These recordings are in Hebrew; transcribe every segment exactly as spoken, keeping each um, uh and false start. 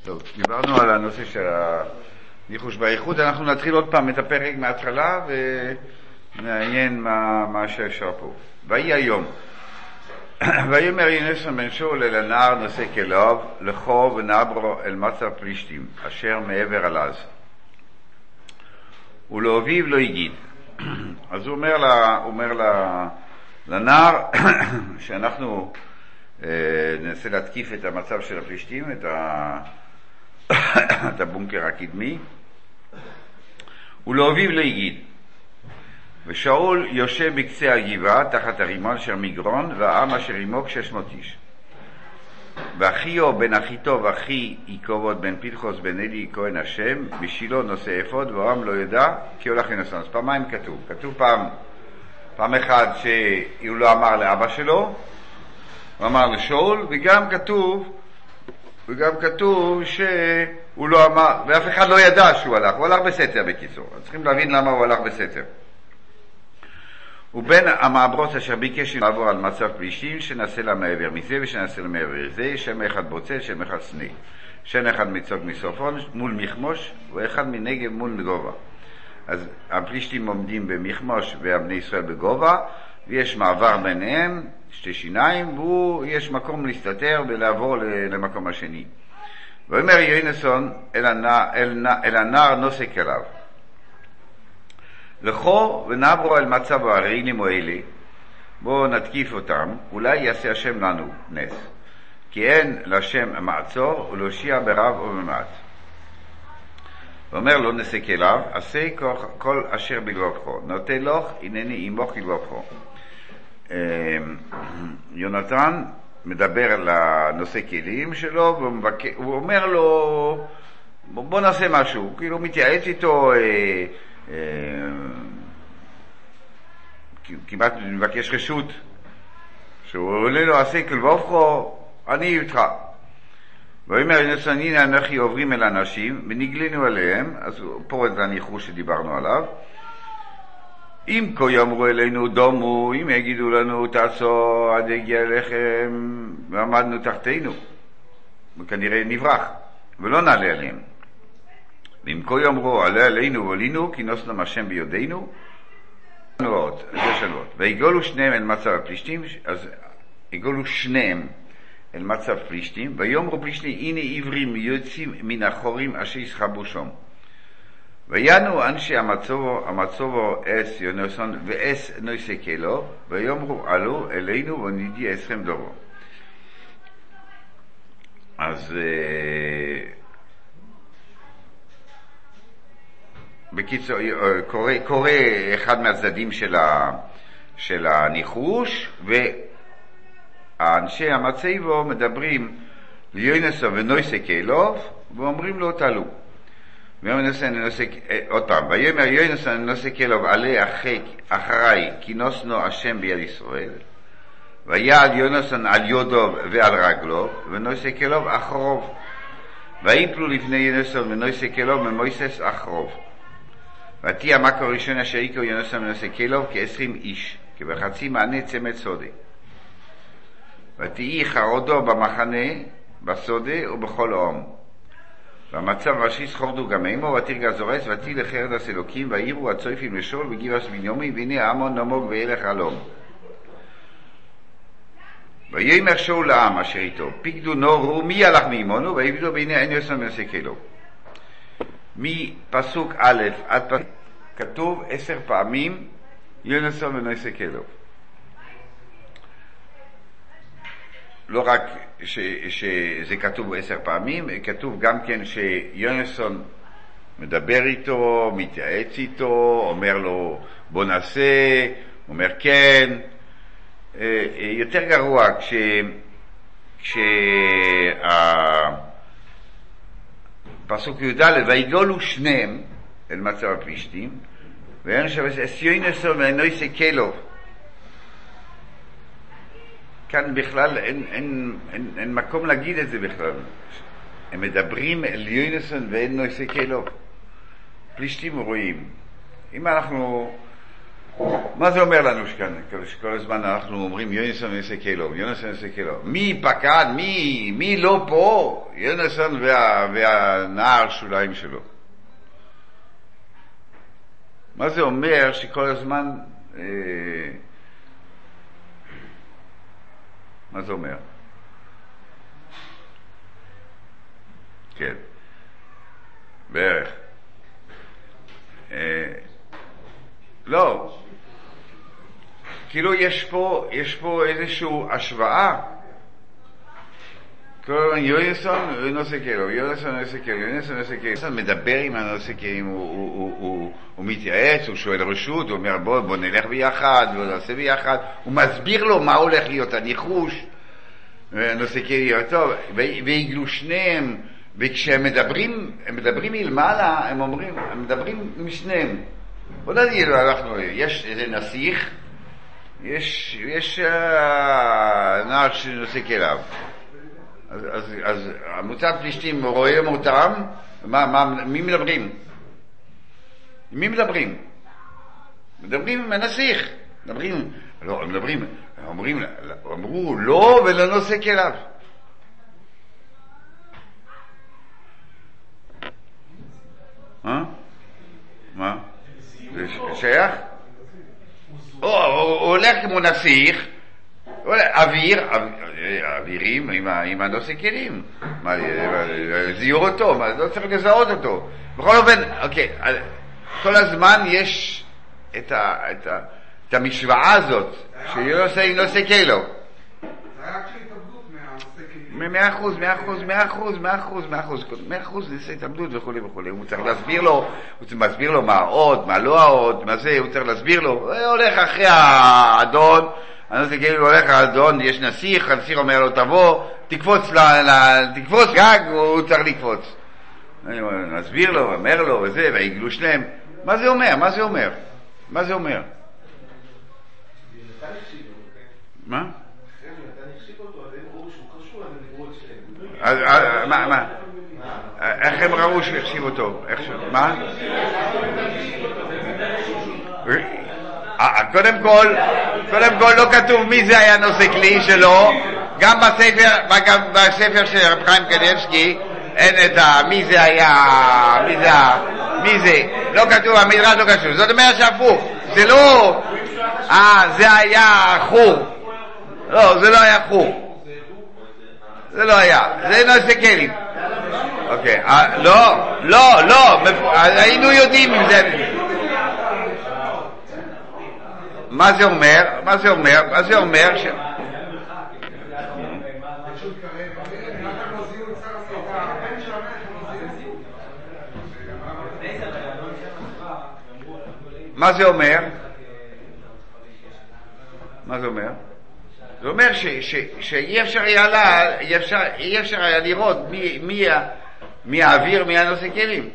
טוב, דיברנו על הנושא של הניחוש באיחוד, אנחנו נתחיל עוד פעם את הפרק מההתחלה ונעיין מה, מה שאפשר פה. ויהי היום, ויאמר יונתן בן שאול אל הנער נושא כליו, לכו ונעברו אל מצר פלישתים, אשר מעבר על עז. ולאביו לא הגיד. אז הוא אומר, לה, הוא אומר לה, לנער שאנחנו אה, ננסה להתקיף את המצב של הפלישתים, את, ה, את הבונקר הקדמי. ולאביו לא הגיד. ושאול יושב בקצה הגבעה תחת הרימון של מגרון, והעם אשר עמו כשש מאות איש. ואחיו בן אחיטוב אחי יקובוד בן פנחס בן אלי כהן השם בשילה נושא אפוד, והעם לא ידע כי הולך לנסון. אז פעמיים כתוב, כתוב פעם פעם אחד שהוא לא אמר לאבא שלו, הוא אמר לשאול, וגם כתוב וגם כתוב שהוא לא אמר, ואף אחד לא ידע שהוא הלך, הוא הלך בסתר בקיצור. אז צריכים להבין למה הוא הלך בסתר. ובין המעברות אשר ביקש לעבור על מצב פלישתים, שנעשה לה מעבר מזה ושנעשה לה מעבר זה, שם אחד בוצל, שם אחד סנה, שם אחד מצוק מסופון מול מכמוש, ואחד מנגב מול גובה. אז הפלישתים עומדים במכמוש והבני ישראל בגובה, ויש מעבר ביניהם, שתי שיניים, ויש מקום להסתתר ולעבור למקום השני. ואומר יונתן אל הנער, אל, אל הנער נוסק אליו, לכו ונעברו אל מצב הרעילים האלה, בואו נתקיף אותם, אולי יעשה השם לנו נס, כי אין לשם מעצור ולהושיע ברב או במעט. ואומר לו נסק אליו, עשה כל אשר בלבבך, נוטה לך הנני עמך כלבבך. יונתן מדבר על הנושא כלים שלו, והוא אומר לו בוא נעשה משהו, כאילו הוא מתייעץ איתו, כמעט מבקש רשות, שהוא עולה לו עשה כלבבך, אני איתך. ואומר יונתן הנה אנכי עוברים אל אנשים ונגלינו עליהם, אז פה את הניחוש שדיברנו עליו. אם כה יאמרו אלינו דומו, אם יגידו לנו תעשו עד הגיע אליכם ועמדנו תחתינו, וכנראה נברח ולא נעלה עליהם. ואם כה יאמרו עלה עלינו ועלינו כי נוסנו השם בידינו, נועות, זה שלוות. ויגולו שניהם אל מצב הפלישתים, אז יגולו שניהם אל מצב פלישתים, ויאמרו פלישתים הנה עברים יוצאים מן החורים אשר יסחבו שם. ויענו אנשי המצובו, המצובו אס יונתן ואס נושא כלו, ויאמרו עלו אלינו ונדיע אסכם דורו. אז בקיצור קורא, קורא אחד מהצדדים של, ה, של הניחוש, והאנשי המצובו מדברים ליונתן ונושא כלו ואומרים לו תעלו. עוד פעם, ויאמר יונתן נושא כלו עלה אחריי כי נוסנו השם ביד ישראל, ויעל יונתן על יודו ועל רגלו ונושא כלו אחרוב, ויפלו לפני יונתן ונושא כלו ממויסס אחרוב. ותהי המכה הראשון אשר הכו יונתן ונושא כלו כעשרים איש, כבחצי מענה צמד סודה. ותהי חרודו במחנה בסודה ובכל העם. והמצב ראשי סחורדו גם אימו, ותרגע זורס, ותהי לחרד הסלוקים, והעירו הצויפים לשאול בגבעס בנימין, והנה העמון נמוג וילך אלום. ויאמר שאול לעם אשר איתו, פיקדו נורו, מי הלך מעמנו, ויבדו בהנה אין יוסן ונושא כלו. מפסוק א' עד פסוק כתוב עשר פעמים יונתן ונושא כלו. לא רק ש, שזה כתוב עשר פעמים, כתוב גם כן שיונתן מדבר איתו, מתייעץ איתו, אומר לו בוא נעשה, אומר כן. יותר גרוע כש כשהפסוק י"ד ויגולו שניהם אל מצב הפלישתים, ואין שבס אס יונתן ונושא כלו. כאן בכלל אין, אין, אין, אין מקום להגיד את זה בכלל. הם מדברים אל יונתן ואין נושא כלו. פלישתים רואים. אם אנחנו מה זה אומר לנו שכאן? שכל הזמן אנחנו אומרים יונסון וסקלו, יונסון וסקלו. מי פקד, מי, מי לא פה? יונסון וה, והנער שוליים שלו. מה זה אומר שכל הזמן... אה, מה זה אומר? כן. בערך. אה, לא. כאילו יש פה, יש פה איזושהי השוואה. כל הזמן יונסון ונושא כאילו, יונסון ונושא כאילו, יונסון ונושא כאילו. יונסון מדבר עם הנושא כאילו, הוא, הוא, הוא, הוא, הוא מתייעץ, הוא שואל רשות, הוא אומר בוא, בוא נלך ביחד, בוא נעשה ביחד. הוא מסביר לו מה הולך להיות הניחוש. נושא כאילו, טוב, והגלו שניהם, וכשהם מדברים, הם מדברים מלמעלה, הם אומרים, הם מדברים משניהם. בוא נגיד, אנחנו, יש איזה נסיך, יש, יש uh, נער שנושא כליו. אז, אז, אז המוצב פלישתים רואים אותם, מה, מה, מי מדברים? מי מדברים? מדברים עם הנסיך. מדברים, לא, מדברים, אומרים, אמרו לא ולנושא כליו. מה? מה? זה שייך? הוא הולך כמו נסיך, אוויר, אווירים עם הנושא כלים. זיור אותו, לא צריך לזהות אותו. בכל אופן, אוקיי, כל הזמן יש את המשוואה הזאת, שנושא כלו. מאה אחוז, מאה אחוז, מאה אחוז, מאה אחוז, מאה אחוז, מאה אחוז ניסה התאבדות וכו' וכו'. הוא צריך להסביר לו, הוא צריך להסביר לו מה העוד, מה לא העוד, מה זה, הוא צריך להסביר לו. הוא הולך אחרי האדון, אני לא יודע כאילו, הוא הולך האדון, יש נסיך, הנסיך אומר לו תבוא, תקפוץ, תקפוץ גג, הוא צריך לקפוץ. אני מסביר לו, אומר לו וזה, והגלו שניהם. מה זה אומר? מה זה אומר? מה זה אומר? מה? מה, מה? איך הם ראו שהחשיב אותו? מה? קודם כל, קודם כל לא כתוב מי זה היה נושא כלי שלו, גם בספר, גם בספר של רב חיים קניבסקי, אין את ה... מי זה היה... מי זה ה... מי זה? לא כתוב, המדרש לא כתוב. זאת אומרת שהפוך. זה לא... אה, זה היה חור. לא, זה לא היה חור. זה לא היה, זה נושא כלים. אוקיי, לא, לא, לא, היינו יודעים אם זה... מה זה אומר? מה זה אומר? מה זה אומר ש... מה זה אומר? מה זה אומר? זה אומר ש, ש, שאי אפשר היה לה, אי אפשר, אי אפשר היה לראות מי, מי, מי האוויר, מי הנושא כלים.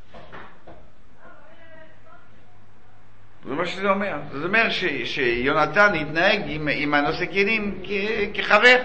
זה מה שזה אומר. זה אומר ש, שיונתן התנהג עם, עם הנושא כלים כ, כחבר.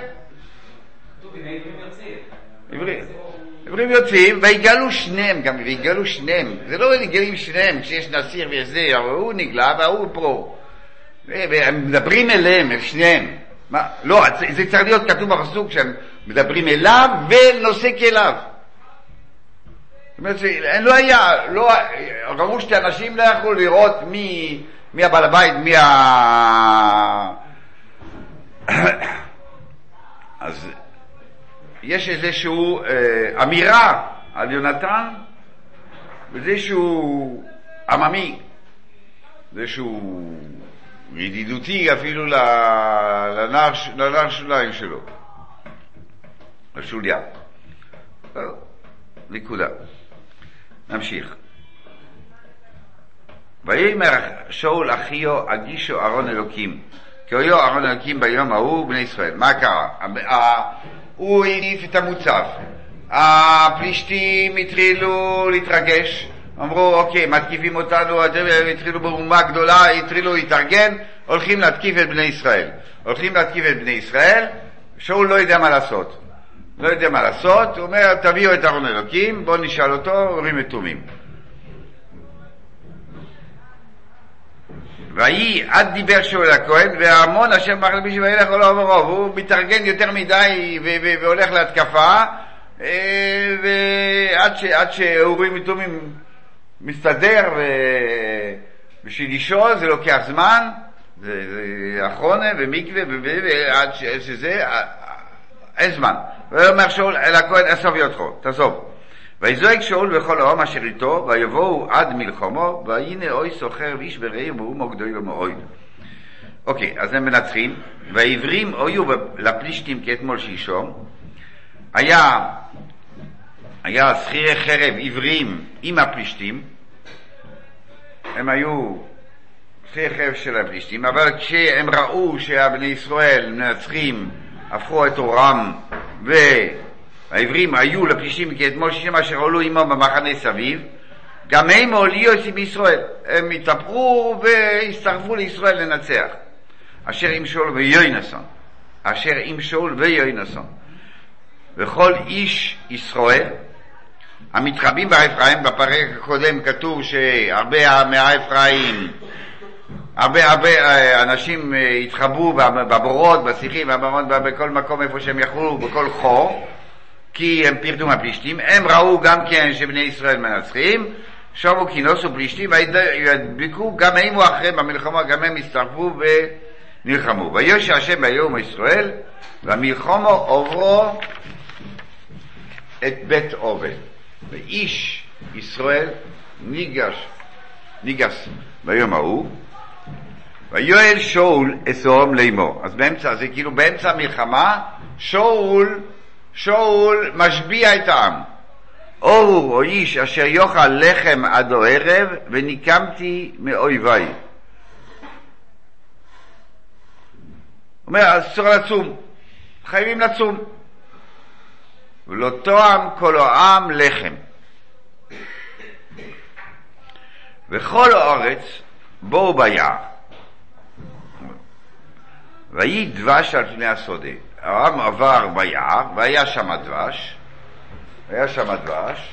עברים. עברים יוצאים, והגלו שניהם גם, והגלו שניהם. זה לא נגלים שניהם, כשיש נסיך ויש זה, הוא נגלה והוא פה. והם מדברים אליהם, הם שניהם. מה? לא, זה צריך להיות כתוב בפסוק שהם מדברים אליו ונושא כליו. זאת אומרת, לא היה, לא, ראו שתי אנשים לא יכלו לראות מי, מי הבעל הבית, מי ה... אז יש איזשהו אה, אמירה על יונתן, וזה שהוא עממי, זה שהוא ידידותי אפילו לנער, לנער שוליים שלו, לשוליה. נקודה. נמשיך. ויאמר שאול אחיו הגישו ארון אלוקים, כי היו ארון אלוקים ביום ההוא בני ישראל. מה קרה? הוא העיף את המוצב, הפלישתים התחילו להתרגש, אמרו אוקיי, מתקיפים אותנו, התחילו באומה גדולה, התחילו להתארגן, הולכים להתקיף את בני ישראל. הולכים להתקיף את בני ישראל, שאול לא יודע מה לעשות. לא יודע מה לעשות, הוא אומר תביאו את ארון אלוקים, בואו נשאל אותו, הורים מתומים. ויהי עד דיבר שאול הכהן, והמון אשר מחל בישי וילך עולו וברוב, הוא מתארגן יותר מדי ו- ו- והולך להתקפה, ועד ש- עד שאורים ותומים מסתדר, ובשביל לשאול זה לוקח זמן, זה, זה אחרונה ומקווה, ועד ש- שזה, אין זמן. ואומר שאול אל הכהן, אסוב יותחו, תעזוב. ויזועק שאול וכל העם אשר איתו, ויבואו עד מלחמו, והנה אוי סוחר ואיש ברעי ומאומו גדול ומאוהד. אוקיי, אז הם מנצחים, והעברים היו לפלישתים כאתמול שלשום. היה, היה שכירי חרב עברים עם הפלישתים, הם היו שכירי חרב של הפלישתים, אבל כשהם ראו שהבני ישראל מנצחים, הפכו את אורם, ו... העברים היו לפלישתים כאתמול שלשום אשר עולו עמו במחנה סביב, גם הם עוליו בישראל, הם התהפכו והצטרפו לישראל לנצח. אשר עם שאול ויוינסון, אשר עם שאול ויוינסון, וכל איש ישראל המתחבאים באפרים. בפרק הקודם כתוב שהרבה מהאפרים, הרבה הרבה אנשים התחבאו בבורות, בשיחים, בבמות, בכל מקום איפה שהם יכלו, בכל חור, כי הם פירדו מהפלישתים. הם ראו גם כן שבני ישראל מנצחים, שמו כינוסו פלישתים והדביקו, גם הם אחרי במלחמה, גם הם הצטרפו ונלחמו. ויושע השם ביום ישראל, והמלחמה עוברו את בית עובד, ואיש ישראל ניגש ניגש ביום ההוא, ויואל שאול אסורם לאמור. אז באמצע, זה כאילו באמצע המלחמה, שאול שאול משביע את העם. אורו או איש אשר יאכל לחם עד הערב, וניקמתי מאויביי. אומר, אז צריך לצום, חייבים לצום. ולא תואם כל העם לחם. וכל הארץ בואו ביער. ויהי דבש על פני השדה. העם עבר ביער, והיה שם דבש, היה שם דבש,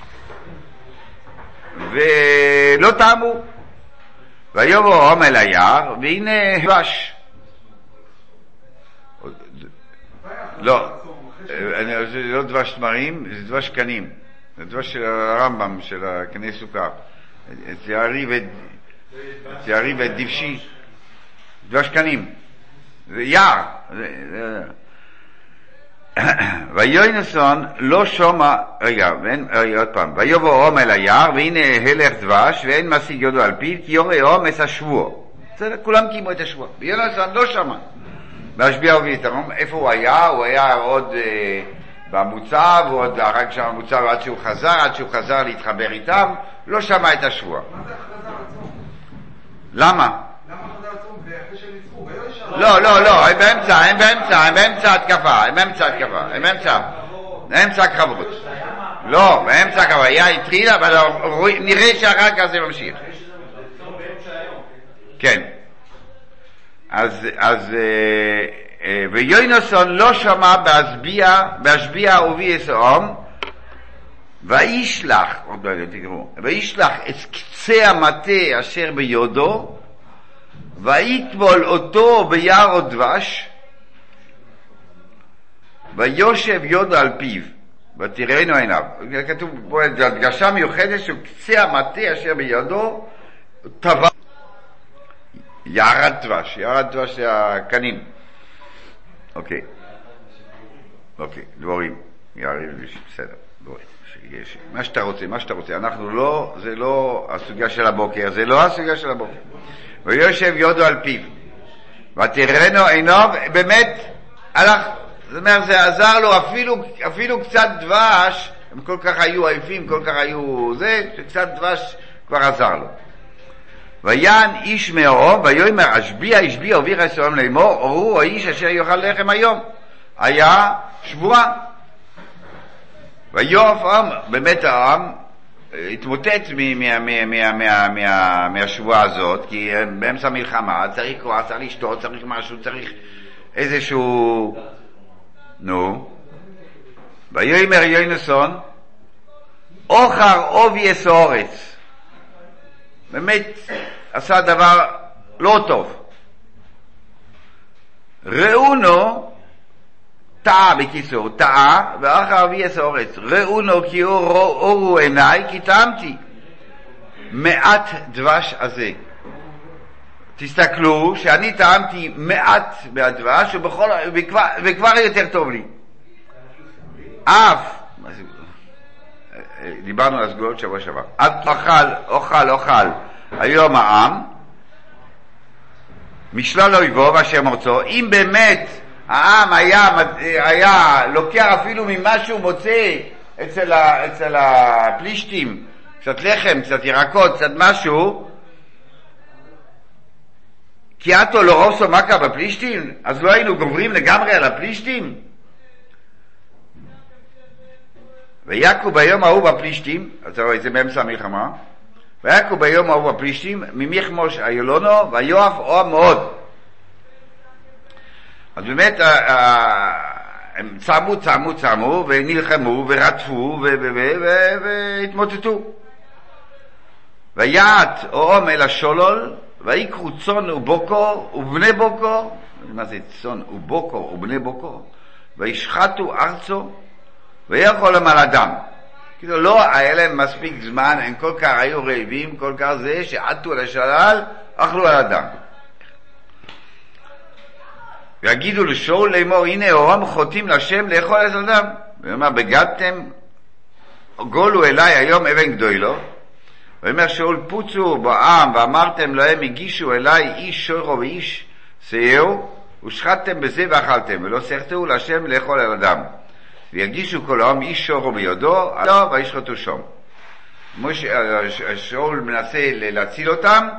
ולא טעמו. ויבוא העם אל היער, והנה דבש. לא, זה לא דבש תמרים, זה דבש קנים. זה דבש של הרמב"ם, של הקני סוכר. צערי ודבשי. דבש קנים. זה יער. ויוינסון לא שומע, רגע, רגע עוד פעם, ויבוא העם אל היער, והנה הלך דבש, ואין משיג ידו על פיו, כי יורה העם את השבוע. כולם קיימו את השבוע. ויוינסון לא שמע. והשביע הוביל את הרום. איפה הוא היה? הוא היה עוד אה, במוצב, הוא עוד הרג שם במוצב עד שהוא חזר, עד שהוא חזר להתחבר איתם, לא שמע את השבוע. מה זה חזר עצום? למה? למה חזר עצום? ואחרי שהם ניצחו, לא, לא, לא, הם באמצע, הם באמצע, הם באמצע התקפה, הם באמצע התקפה, הם באמצע, באמצע הקרבות. לא, באמצע הקרבות, היה התחיל, אבל נראה שאחר כך זה ממשיך. כן. אז, אז, ויוינסון לא שמע בהשביע, בהשביע אהובי אסעם, וישלח, עוד לא יודע, תקראו, וישלח את קצה המטה אשר ביודו, ויטבול אותו ביער דבש, ויושב יודו על פיו, ותראינו עיניו. כתוב פה הדגשה מיוחדת שהוא קצה המטה אשר ביודו, טבע יער דבש, יער דבש זה הקנים. אוקיי. אוקיי, דבורים. יערים, בסדר, דבורים. יש, מה שאתה רוצה, מה שאתה רוצה. אנחנו לא, זה לא הסוגיה של הבוקר, זה לא הסוגיה של הבוקר. ויושב יודו על פיו, ותראינו עיניו, באמת הלך, זאת אומרת, זה עזר לו, אפילו, אפילו קצת דבש, הם כל כך היו עייפים, כל כך היו זה, שקצת דבש כבר עזר לו. ויען איש מאורו, ויאמר השביע השביע הוביך אסעם לאמור, הוא האיש אשר יאכל לחם היום. היה שבועה. ויואף העם, באמת העם התמוטט מהשבועה הזאת, כי באמצע מלחמה צריך כוח, צריך לשתות, צריך משהו, צריך איזשהו, נו. ויאמר יוינסון, אוכר עובי אס האורץ. באמת עשה דבר לא טוב. ראונו, טעה בקיצור, טעה, ואחר אבי את האורץ. ראונו כי אורו עיניי, כי טעמתי. מעט דבש הזה. תסתכלו שאני טעמתי מעט מהדבש, ובכל, וכבר, וכבר יותר טוב לי. אף, דיברנו על הסגולות שבוע שבוע. אף אוכל, אוכל, אוכל, היום העם, משלל אויבו ואשר מורצו, אם באמת העם היה, היה לוקח אפילו ממה שהוא מוצא אצל, ה, אצל הפלישתים, קצת לחם, קצת ירקות, קצת משהו, כי עתו לא רוסו מכה בפלישתים, אז לא היינו גוברים לגמרי על הפלישתים? ויקו ביום ההוא בפלישתים, אתה רואה את זה באמצע המלחמה, ויקו ביום ההוא בפלישתים, ממיכמוש איילונו, ויואף אוהב מאוד. אז באמת, הם צעמו, צעמו, צעמו, ונלחמו, ורדפו, והתמוטטו. ויעט אוהם אל השולול, ויקרו צון ובוקור, ובני בוקור, מה זה צון ובוקור, ובני בוקור, וישחטו ארצו, ויכול להם על אדם. כאילו לא היה להם מספיק זמן, הם כל כך היו רעבים, כל כך זה, שעטו על השלל, אכלו על אדם. ויגידו לשאול לאמור, הנה אורם חוטאים לשם לאכול על אדם. ואומר, בגדתם, גולו אליי היום אבן גדולו. ואומר שאול, פוצו בעם, ואמרתם להם, הגישו אליי איש שורו ואיש שאהו, ושחטתם בזה ואכלתם, ולא שרתו לשם לאכול על אדם. ויגישו כל העם איש שורו בידו, לא, וישחטו שום. שאול מנסה להציל אותם,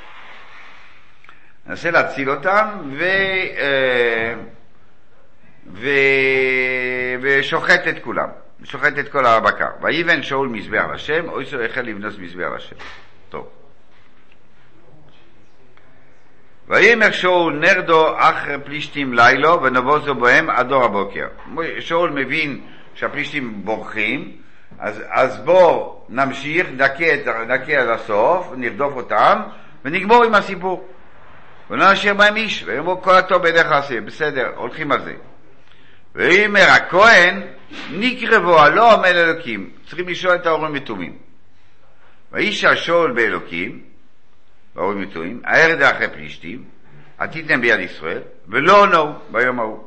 מנסה להציל אותם, ו... ו... ושוחט את כולם. שוחט את כל הבקר. ויבן שאול מזבח לשם, או יסו החל לבנוס מזבח לשם. טוב. ויאמר שאול נרדו אחר פלישתים לילו, ונבוזו בהם עד אור הבוקר. שאול מבין שהפלישתים בורחים, אז, אז בוא נמשיך, נקה עד הסוף, נרדוף אותם, ונגמור עם הסיפור. ולא נשאר בהם איש, ואמרו כל הטוב בידיך עשה. בסדר, הולכים על זה. ואומר הכהן, נקרבו הלא עמל אלוקים. צריכים לשאול את ההורים מתומים. ואישה שאול באלוקים, בהורים מתומים, הירד אחרי פלישתים, עתיתם ביד ישראל, ולא ענו ביום ההוא.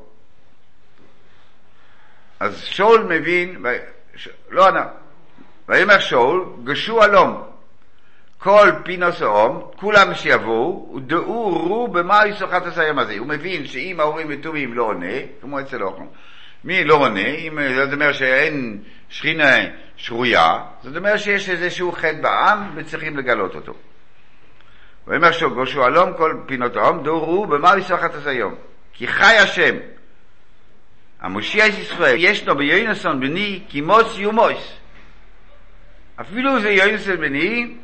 אז שאול מבין, ש... לא ענה. ואומר שאול, גשו הלום. כל פינוס האום, כולם שיבואו, ודעו רו במה ישוחט את היום הזה. הוא מבין שאם ההורים מתומים לא עונה, כמו אצל אוכל, מי לא עונה, אם זאת אומרת שאין שכינה שרויה, זאת אומרת שיש איזשהו חטא בעם וצריכים לגלות אותו. ואומר שאול, גשו הלום כל פינות האום, דעו רו במה ישוחט את היום. כי חי השם, המושיע את ישראל, ישנו ביונסון בני, כי מוץ יומוס. אפילו זה יונסון בני,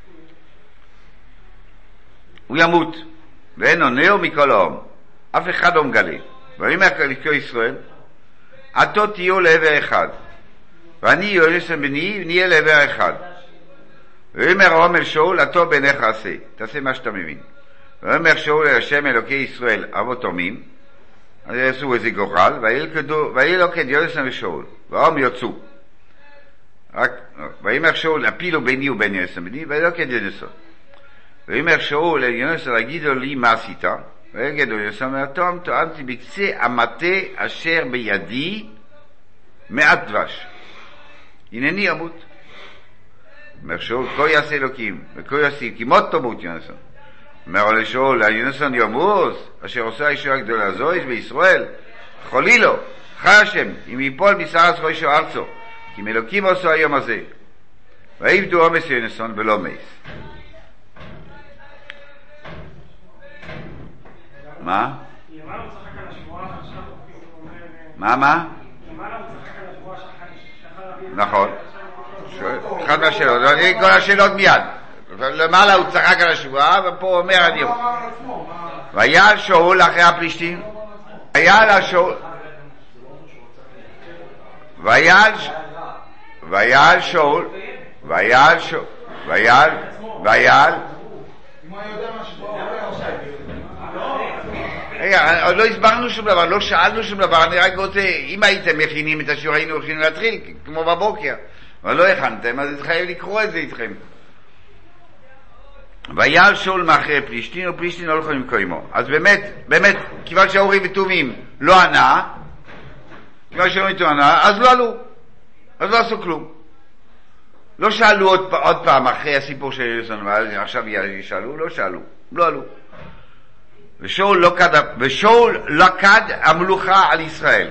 הוא ימות, ואין עונהו מכל העם. אף אחד לא מגלה. ואומר לקרוא ישראל, עתו תהיו לעבר אחד, ואני יונסון בני, נהיה לעבר אחד. ואומר העם אל שאול, עתו בעיניך עשה, תעשה מה שאתה מבין. ואומר שאול אל השם אלוקי ישראל, אבות עמים, אז יעשו איזה גורל, ויהי לוקד יונסון ושאול, והעם יוצאו. ואומר שאול, הפילו ביני ובין יונסון בני, ויהי לוקד יונסון. ואומר שאול אל יונסון, הגידו לי מה עשית? ויגידו יונסון, תום טועמתי בקצה המטה אשר בידי מעט דבש. הנני אמות. אומר שאול, כה יעשה אלוקים, וכה יעשה, כי מות תמות יונסון. אומר לשאול, יונסון ימוס, אשר עושה הישועה הגדולה הזו, יש בישראל, חולי לו, חי השם, אם יפול משרץ ראשו ארצו, כי מלוקים עשו היום הזה. ויבדו עומס יונסון ולא מייס. מה? מה, מה? נכון. אחד מהשאלות, אני כל השאלות מיד. למעלה הוא צחק על השבועה, ופה הוא אומר אני... ויעל שאול אחרי הפלישתים, ויעל השאול... ויעל... ויעל שאול... ויעל שאול... ויעל... ויעל... רגע, עוד לא הסברנו שום דבר, לא שאלנו שום דבר, אני רק רוצה, אם הייתם מכינים את השיעור, היינו הולכים להתחיל, כמו בבוקר, אבל לא הכנתם, אז חייב לקרוא את זה איתכם. ויעל שאול מאחרי פלישתין, ופלישתין לא יכולים לקוימו. אז באמת, באמת, כיוון שהאורים וטובים לא ענה, כיוון שהאורים וטובים ענה, אז לא עלו, אז לא עשו כלום. לא שאלו עוד, עוד פעם אחרי הסיפור של יוסון, עכשיו ישאלו, לא שאלו, לא עלו. ושאול לא קד, ושאול לא קד המלוכה על ישראל.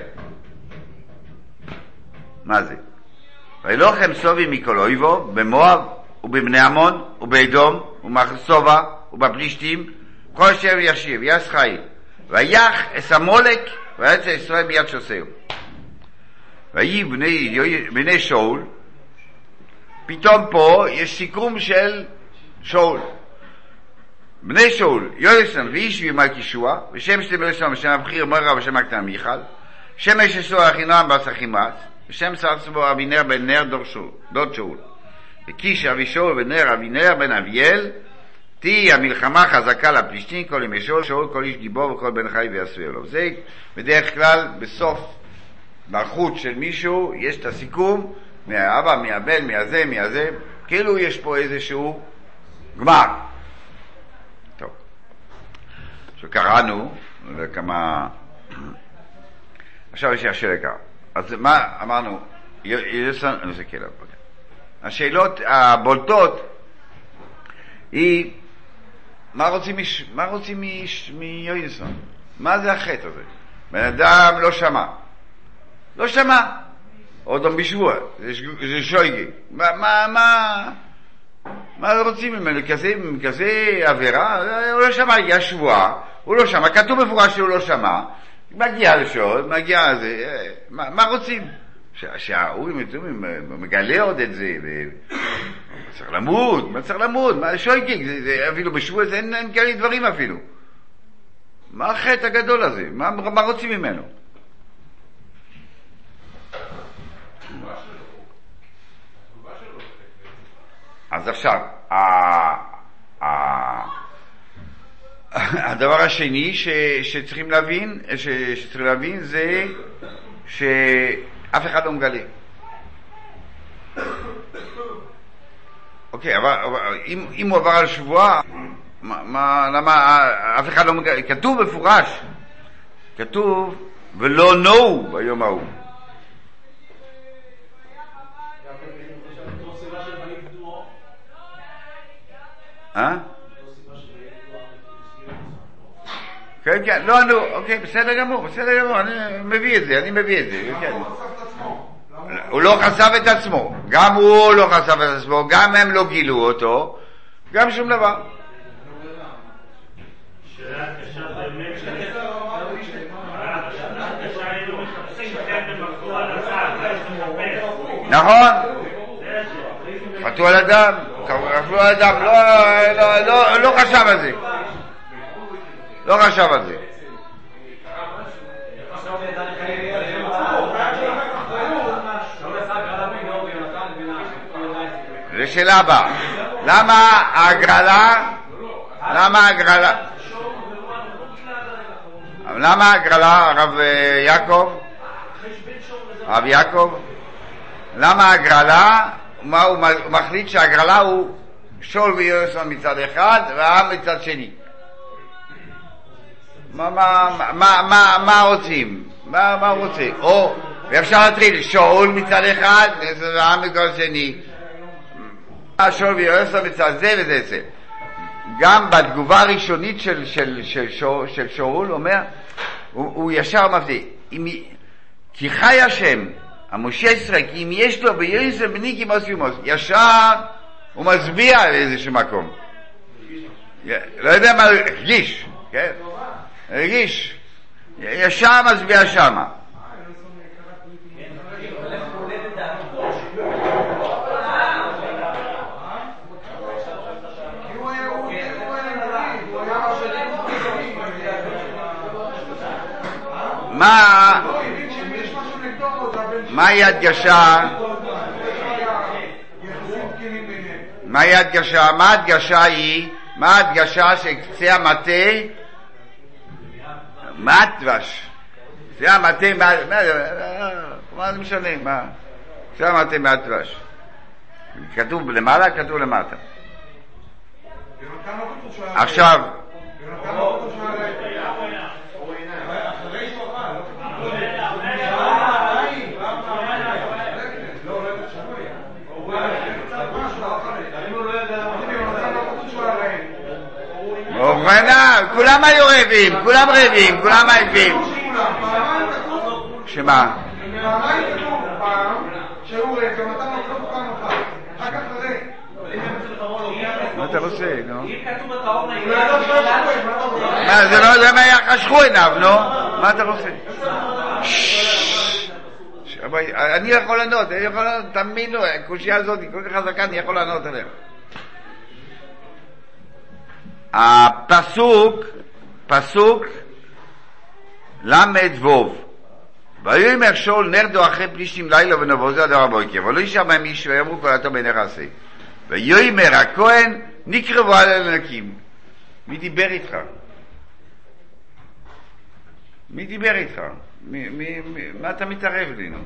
מה זה? וילוחם סובי מכל אויבו, במואב ובבני עמון ובאדום ומחסובה ובפלישתים, כל אשר ישיב, יעש חיל. ויח אס המולק ויצא ישראל ביד שוסהו. ויהי בני, בני שאול, פתאום פה יש סיכום של שאול. בני שאול, יויסן ואיש ומלך ישוע, ושם שתי מלשון, ושם הבחיר מורה, ושם הקטן מיכל, שם יש יסוע אחינועם בס אחימץ, ושם סרצבו אבינר בן נר דוד שאול. וקיש אבי שאול ונר אבינר בן אביאל, תהי המלחמה חזקה לפלישתין, כל ימי שאול, שאול כל איש גיבור וכל בן חי ויסביר לו. זה בדרך כלל בסוף מלכות של מישהו, יש את הסיכום, מהאבא, מהבן, מהזה, מהזה, כאילו יש פה איזשהו גמר. טוב. שקראנו, כמה... עכשיו יש השאלה קרה. אז מה אמרנו? יוסן, אני מסתכל עליו. השאלות הבולטות היא, מה רוצים, מש, מה רוצים מש, מיוסן? מה זה החטא הזה? בן אדם לא שמע. לא שמע. עוד לא בשבוע, זה שויגי. מה, מה, מה, מה רוצים ממנו? כזה, כזה עבירה? הוא לא שמע, הגיע שבוע, הוא לא שמע, כתוב מפורש שהוא לא שמע, מגיע לשעות, מגיע לזה, מה, מה רוצים? שהאורים מגלה עוד את זה, צריך למות, מה צריך למות? מה שויגי? זה, זה, אפילו בשבוע זה אין, אין כאלה דברים אפילו. מה החטא הגדול הזה? מה, מה רוצים ממנו? אז עכשיו, הדבר השני שצריכים להבין, שצריכים להבין זה שאף אחד לא מגלה. אוקיי, אבל אם הוא עבר על שבועה, למה אף אחד לא מגלה? כתוב מפורש, כתוב ולא נו ביום ההוא. אה? כן, כן, לא, נו, אוקיי, בסדר גמור, בסדר גמור, אני מביא את זה, אני מביא את זה, כן. הוא לא חשף את עצמו, גם הוא לא חשף את עצמו, גם הם לא גילו אותו, גם שום דבר. נכון, חטאו על אדם, חטאו על אדם, לא חשב על זה, לא חשב על זה. זה שאלה הבאה, למה ההגרלה, למה ההגרלה, למה ההגרלה, הרב יעקב, הרב יעקב, למה ההגרלה, מה הוא מחליט שההגרלה הוא שאול ויוסן מצד אחד והעם מצד שני? מה, מה, מה, מה, מה רוצים? מה, מה הוא רוצה? או, ואפשר להתחיל, שאול מצד אחד והעם מצד שני. שאול ויוסן מצד זה וזה זה. גם בתגובה הראשונית של, של, של, של, של שאול, אומר, הוא, הוא ישר מבדיל, כי חי השם, המשה ישראל, כי אם יש לו ביוסן בני כמוס יומוס, ישר הוא מסביע לאיזשהו מקום. לא יודע מה, הרגיש, כן? הרגיש. ישר מסביע שמה. מה מה יד גשה? מה יד גשה? מה הדגשה היא? מה הדגשה שקצה המטה מה דבש? זה המטה מה... מה זה משנה? מה? זה המטה מה דבש. כתוב למעלה, כתוב למטה. עכשיו... כולם היו רעבים, כולם רעבים, כולם רעבים. שמה? פעמיים כתוב פעם שהוא רעב, ונתן לו כתוב פעם אחת. אחר כך רעב. מה אתה רוצה, נו? אם כתוב בטהור הוא לא ידע שהוא רעב, מה אתה רוצה? מה, זה לא, זה מה חשכו עיניו, נו? מה אתה רוצה? אני יכול לענות, אני יכול לענות, תאמינו, הקושייה הזאת היא כל כך חזקה, אני יכול לענות עליה. הפסוק, פסוק למד ווב. ויאמר שאול נרדו אחרי פלישתים לילה ונבוזו עד אור הבוקר, ולא יישאר בהם איש ויאמרו קולתו בעיני עשה. ויאמר הכהן נקרבו על אלוקים. מי דיבר איתך? מי דיבר איתך? מי, מי, מי, מה אתה מתערב לי, נו?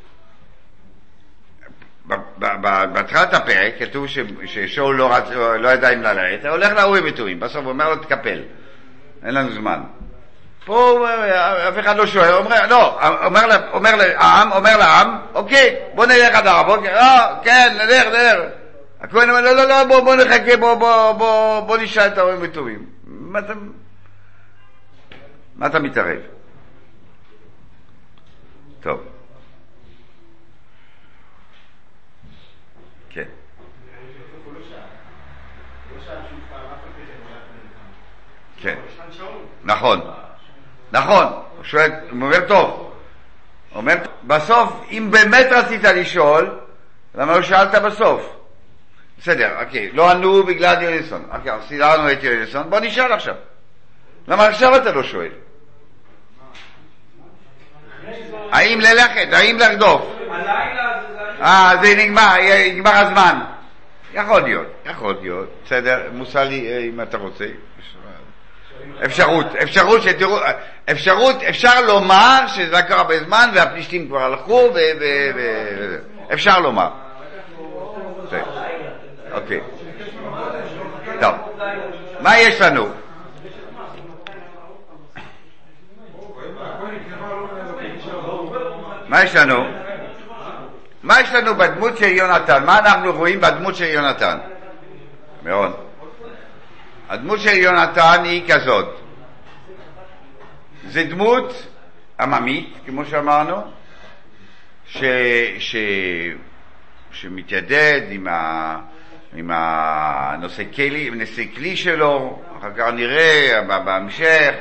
בהתחלת הפרק כתוב ששאול לא, רצ... לא ידע אם ללכת, הולך לאורים וטורים, בסוף הוא אומר לו תקפל, אין לנו זמן. פה אף אחד לא שואל, אומר, לא, אומר, אומר לעם, אומר לעם, אוקיי, בוא נלך עד הבוקר, אה, כן, נלך, נלך. הכהן אומר, לא, לא, לא, בוא, בוא נחכה, בוא, בוא, בוא, בוא נשאל את האורים וטורים. מה אתה, מה אתה מתערב? טוב. כן. כן. נכון. נכון. הוא שואל, הוא אומר טוב. הוא אומר, בסוף, אם באמת רצית לשאול, למה לא שאלת בסוף? בסדר, אוקיי. לא ענו בגלל יוניסון. אוקיי, סידרנו את יוניסון. בוא נשאל עכשיו. למה עכשיו אתה לא שואל? האם ללכת? האם לרדוף? אה, זה נגמר, נגמר הזמן. יכול להיות, יכול להיות. בסדר, מוסלי, אם אתה רוצה. אפשרות, אפשרות שתראו, אפשרות, אפשר לומר שזה לקח הרבה זמן והפלישתים כבר הלכו ו... אפשר לומר. אוקיי. טוב. מה יש לנו? מה יש לנו? מה יש לנו בדמות של יונתן? מה אנחנו רואים בדמות של יונתן? מאוד. הדמות של יונתן היא כזאת. זה דמות עממית, כמו שאמרנו, ש... ש... שמתיידד עם, ה... עם הנושא כלי, עם נושא כלי שלו, אחר כך נראה בהמשך,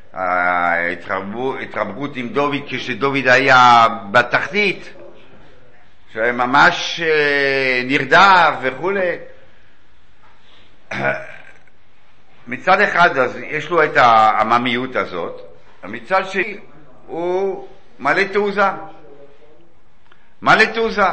ההתרבות עם דוד כשדוד היה בתחתית, שהיה ממש נרדף וכו'. מצד אחד אז יש לו את העממיות הזאת, מצד שני הוא מלא תעוזה, מלא תעוזה.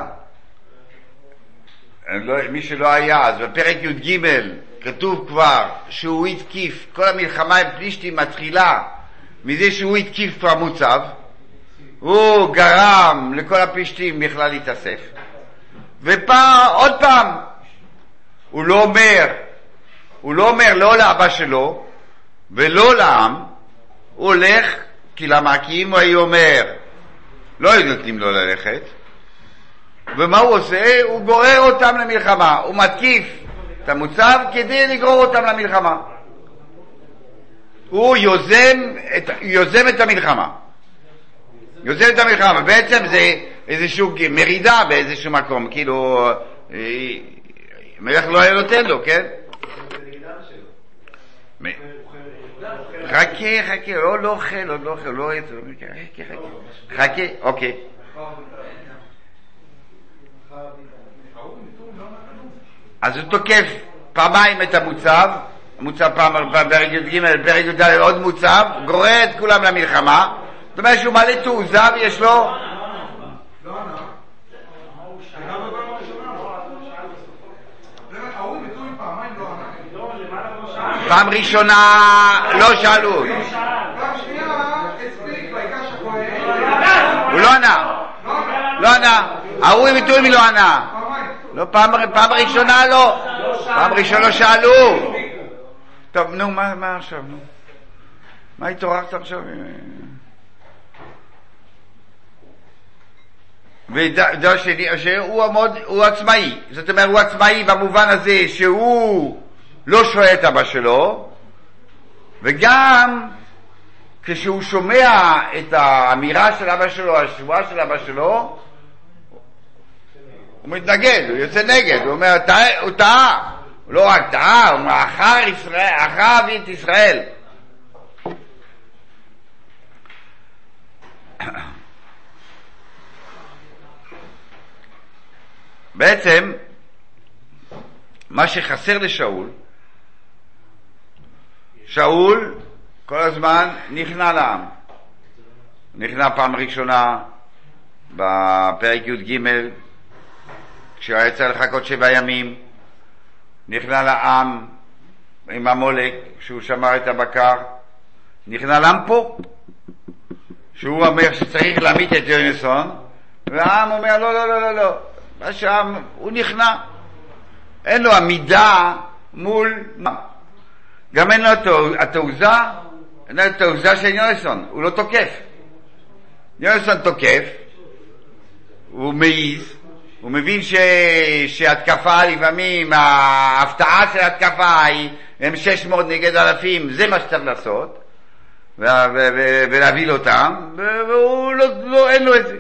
מי שלא היה, אז בפרק י"ג כתוב כבר שהוא התקיף, כל המלחמה עם פלישתים מתחילה מזה שהוא התקיף כבר מוצב, הוא גרם לכל הפלישתים בכלל להתאסף, ופעם, עוד פעם, הוא לא אומר, הוא לא אומר לא לאבא שלו ולא לעם, הוא הולך, כי למה? כי אם הוא היה אומר לא היו נותנים לו ללכת, ומה הוא עושה? הוא גורר אותם למלחמה, הוא מתקיף את המוצב כדי לגרור אותם למלחמה, הוא יוזם את, יוזם את המלחמה, יוזם את המלחמה, בעצם זה איזשהו מרידה באיזשהו מקום, כאילו מלך לא היה נותן לו, כן? חכה, חכה, לא, לא אוכל, עוד לא אוכל, לא אוכל, חכה, חכה, חכה, אוקיי. אז הוא תוקף פעמיים את המוצב, מוצב פעם בפרק י"ג, בפרק י"ד עוד מוצב, גורר את כולם למלחמה, זאת אומרת שהוא מלא תעוזה ויש לו... פעם ראשונה לא שאלו. פעם שנייה לא ענה. ההוא עם תוימי לא ענה. לא, פעם ראשונה לא. פעם ראשונה לא שאלו. טוב, נו, מה עכשיו, נו? מה התעוררת עכשיו? ודבר שני, שהוא עמוד, הוא עצמאי. זאת אומרת, הוא עצמאי במובן הזה שהוא לא שואל את אבא שלו, וגם כשהוא שומע את האמירה של אבא שלו, השבועה של אבא שלו, הוא מתנגד, הוא יוצא נגד, הוא אומר, הוא טעה, הוא לא רק טעה, הוא אומר, אחר ישראל, אחר אבי את ישראל. בעצם, מה שחסר לשאול, שאול כל הזמן נכנע לעם. נכנע פעם ראשונה בפרק י' ג' כשהוא היה צריך לחכות שבע ימים. נכנע לעם עם המולק שהוא שמר את הבקר. נכנע לעם פה שהוא אומר שצריך להמית את יונסון, והעם אומר לא לא לא לא לא. השם הוא נכנע, אין לו עמידה מול מה, גם אין לו התעוזה, אין לו התעוזה של יונסון, הוא לא תוקף. יונסון תוקף, הוא מעיז, הוא מבין ש... שהתקפה לפעמים, ההפתעה של התקפה היא הם שש מאות נגד אלפים, זה מה שצריך לעשות ו... ו... ו... ולהביל אותם, והוא לא, לא, אין לו את זה.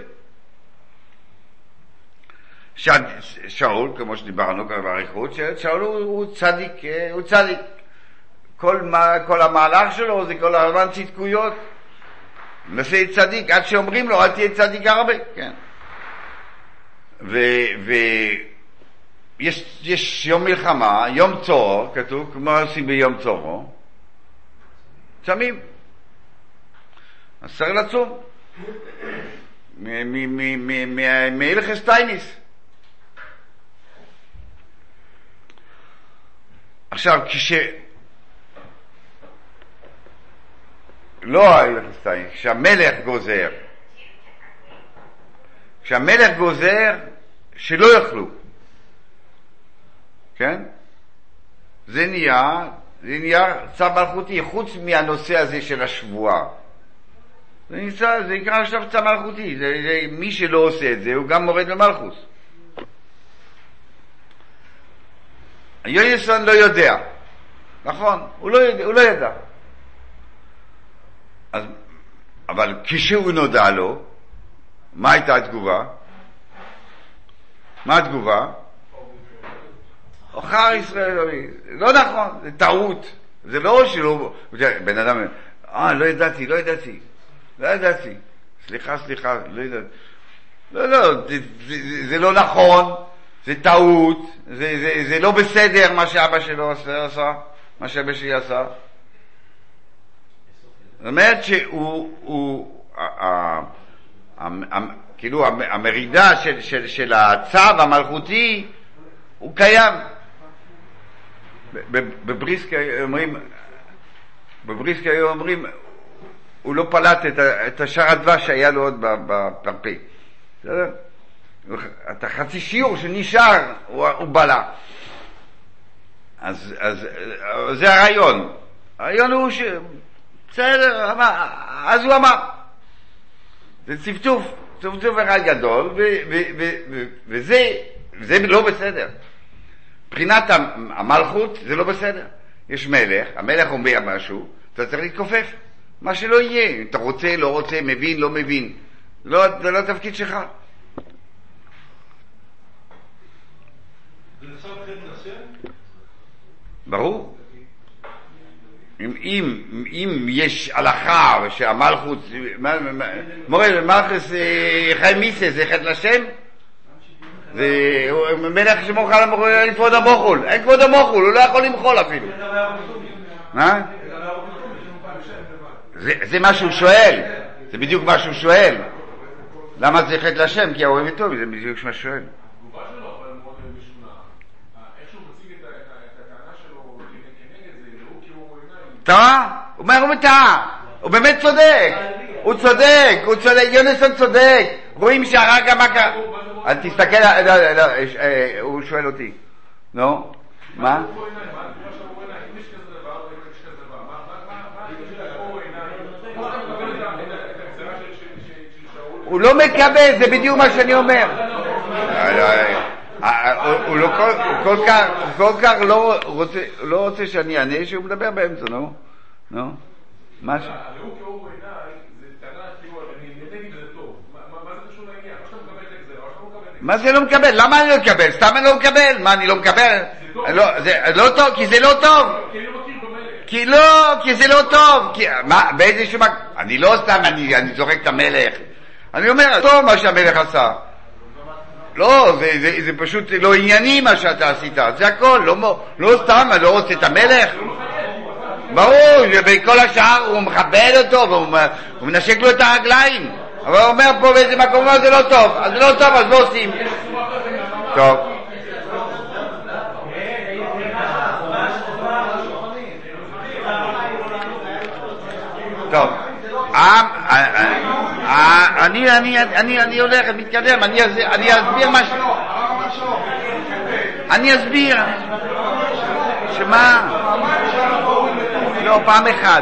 ש... שאול, כמו שדיברנו כבר באריכות, שאול הוא, הוא צדיק, הוא צדיק. כל, מה, כל המהלך שלו זה כל הזמן צדקויות. נעשה צדיק, עד שאומרים לו, אל תהיה צדיק הרבה, כן. ויש יש יום מלחמה, יום צור, כתוב, כמו עושים ביום צורו, צמים. אז צריך לצום. מהלכס טייניס. עכשיו, כש... לא ההלכס טייניס, כשהמלך גוזר, כשהמלך גוזר שלא יאכלו, כן? זה נהיה, זה נהיה צו מלכותי, חוץ מהנושא הזה של השבועה. זה נמצא, זה יקרא עכשיו צו מלכותי, זה, זה, מי שלא עושה את זה, הוא גם מורד למלכוס. יונסון לא יודע, נכון, הוא לא יודע, הוא לא ידע. אז, אבל כשהוא נודע לו, מה הייתה התגובה? מה התגובה? אחר ישראל, לא נכון, זה טעות. זה לא שלא, בן אדם, אה, לא ידעתי, לא ידעתי, לא ידעתי, סליחה, סליחה, לא ידעתי. לא, לא, זה, זה, זה לא נכון, זה טעות, זה, זה, זה לא בסדר מה שאבא שלו עשה, מה שאבא שלי עשה. זאת אומרת שהוא, הוא, כאילו המרידה של, של, של הצו המלכותי הוא קיים. בבריסקי אומרים, בבריסקי אומרים, הוא לא פלט את, את השאר הדבש שהיה לו עוד בפרפה. את החצי שיעור שנשאר הוא, הוא בלע. אז, אז זה הרעיון. הרעיון הוא ש... בסדר, אז הוא אמר. זה צפצוף, צפצוף אחד גדול, ו, ו, ו, ו, וזה זה לא בסדר. מבחינת המלכות זה לא בסדר. יש מלך, המלך אומר משהו, אתה צריך להתכופף. מה שלא יהיה, אתה רוצה, לא רוצה, מבין, לא מבין. לא, זה לא התפקיד שלך. זה נחשב חטא לשם? ברור. אם, אם, אם יש הלכה שהמלכות, מורה, מלכות חיים מיסה, זה חטא לשם? זה מלך שמוכל לפרוד המוחול. אין כבוד המוחול, הוא לא יכול למחול אפילו. מה? זה, זה מה שהוא שואל. זה בדיוק מה שהוא שואל. למה זה חטא לשם? כי הוא אוהב טוב, זה בדיוק מה שהוא שואל. התגובה שלו, אבל מאוד משונה. איך שהוא מציג את הטענה שלו כנגד זה, הוא כאילו עיניים. טעה? הוא אומר, הוא מטעה. הוא באמת צודק. הוא צודק, הוא צודק, יונסון צודק. רואים שהרגע מה קרה. אז תסתכל, הוא שואל אותי. נו? מה? הוא לא מקבל, זה בדיוק מה שאני אומר. הוא כל כך לא רוצה שאני אענה שהוא מדבר באמצע, נו? נו? מה ש... הראו כאור עיניי זה טענה כאילו, אני נהניתי בזה טוב. מה זה קשור לעניין? או שאתה מקבל את הגזרה, או שאתה לא מקבל את הגזרה. מה זה לא מקבל? למה אני לא מקבל? סתם אני לא מקבל. מה, אני לא מקבל? זה לא טוב, כי זה לא טוב. כי אני לא מכיר במלך. כי לא, כי זה לא טוב. מה, באיזשהו מקום... אני לא סתם, אני זורק את המלך. אני אומר, טוב מה שהמלך עשה. לא, זה פשוט לא ענייני מה שאתה עשית. זה הכל, לא סתם, אני לא רוצה את המלך. ברור, ובכל השאר הוא מכבד אותו והוא מנשק לו את הרגליים, אבל הוא אומר פה באיזה מקום זה לא טוב, אז זה לא טוב, אז לא עושים. טוב, טוב, אני הולך, מתקדם, אני אסביר משהו, אני אסביר שמה לא, פעם אחד.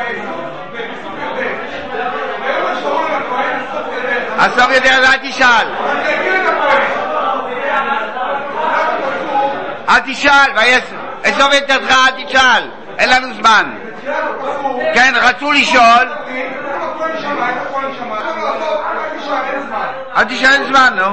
הסוף יודע, אל תשאל. אל תשאל, הסוף ידעתך, אל תשאל. אין לנו זמן. כן, רצו לשאול. אל תשאל, אין זמן, נו.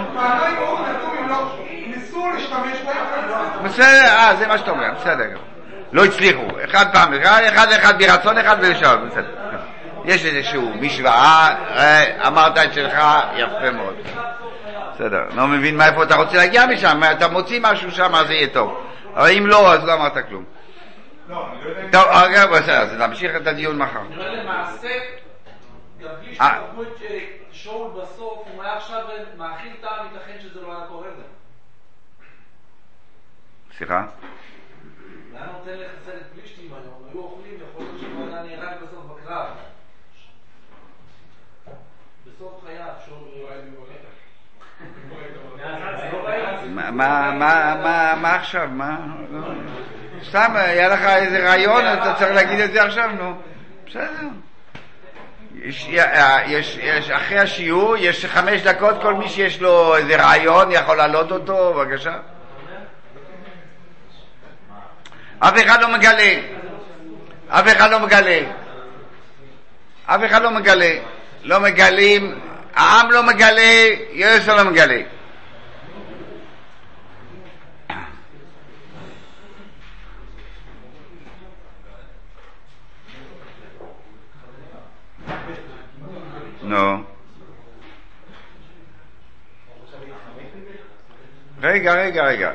בסדר, אה, זה מה שאתה אומר, בסדר. לא הצליחו, אחד פעם, אחד אחד ברצון, אחד בלשאול, בסדר. יש איזשהו משוואה, אמרת את שלך, יפה מאוד. בסדר, לא מבין מאיפה אתה רוצה להגיע משם, אתה מוציא משהו שם, אז זה יהיה טוב. אבל אם לא, אז לא אמרת כלום. טוב, אגב, בסדר, אז נמשיך את הדיון מחר. למעשה, גם בלי שתקבו את שאול בסוף, הוא היה עכשיו מאכיל טעם, ייתכן שזה לא היה קורה זה. סליחה? היה נותן לחסל את פלישתים היום, היו אוכלים, יכול להיות שהוא היה נהרג בסוף בקרב. בסוף חייו, שאול לא היה מבולט. מה עכשיו? מה? סתם, היה לך איזה רעיון, אתה צריך להגיד את זה עכשיו, נו. בסדר. יש אחרי השיעור, יש חמש דקות, כל מי שיש לו איזה רעיון יכול לעלות אותו, בבקשה. אף אחד לא מגלה, אף אחד לא מגלה, אף אחד לא מגלה, לא מגלים, העם לא מגלה, יוסף לא מגלה. נו. רגע, רגע, רגע.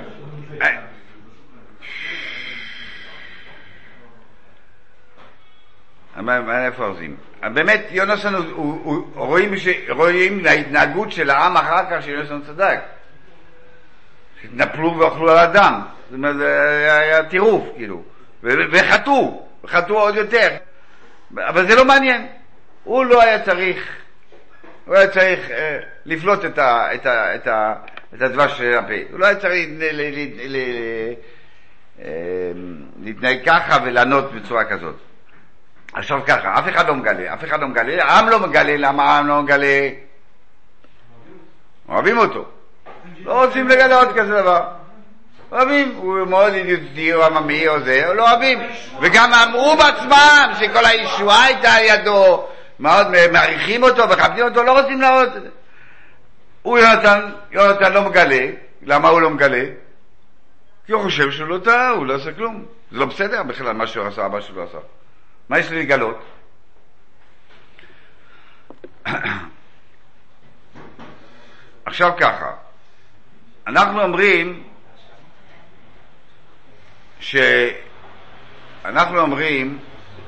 מה איפה עושים? באמת, יונתן, רואים ההתנהגות של העם אחר כך שיונתן צדק. התנפלו ואוכלו על אדם. זאת אומרת, זה היה טירוף, כאילו. וחטאו, וחטאו עוד יותר. אבל זה לא מעניין. הוא לא היה צריך, הוא היה צריך לפלוט את הדבש של הפה. הוא לא היה צריך להתנהג ככה ולענות בצורה כזאת. עכשיו ככה, אף אחד לא מגלה, אף אחד לא מגלה, העם לא מגלה, למה העם לא מגלה? אוהבים אותו. לא רוצים לגלות כזה דבר. אוהבים, הוא מאוד ידידותי או עממי או זה, לא אוהבים. וגם אמרו בעצמם שכל הישועה הייתה על ידו, מאוד מעריכים אותו ומכבדים אותו, לא רוצים להראות את זה. הוא יונתן, יונתן לא מגלה. למה הוא לא מגלה? כי הוא חושב שהוא לא טעה, הוא לא עושה כלום. זה לא בסדר בכלל מה שהוא עשה, מה שהוא לא עשה. מה יש לי לגלות? עכשיו ככה, אנחנו אומרים שאנחנו אומרים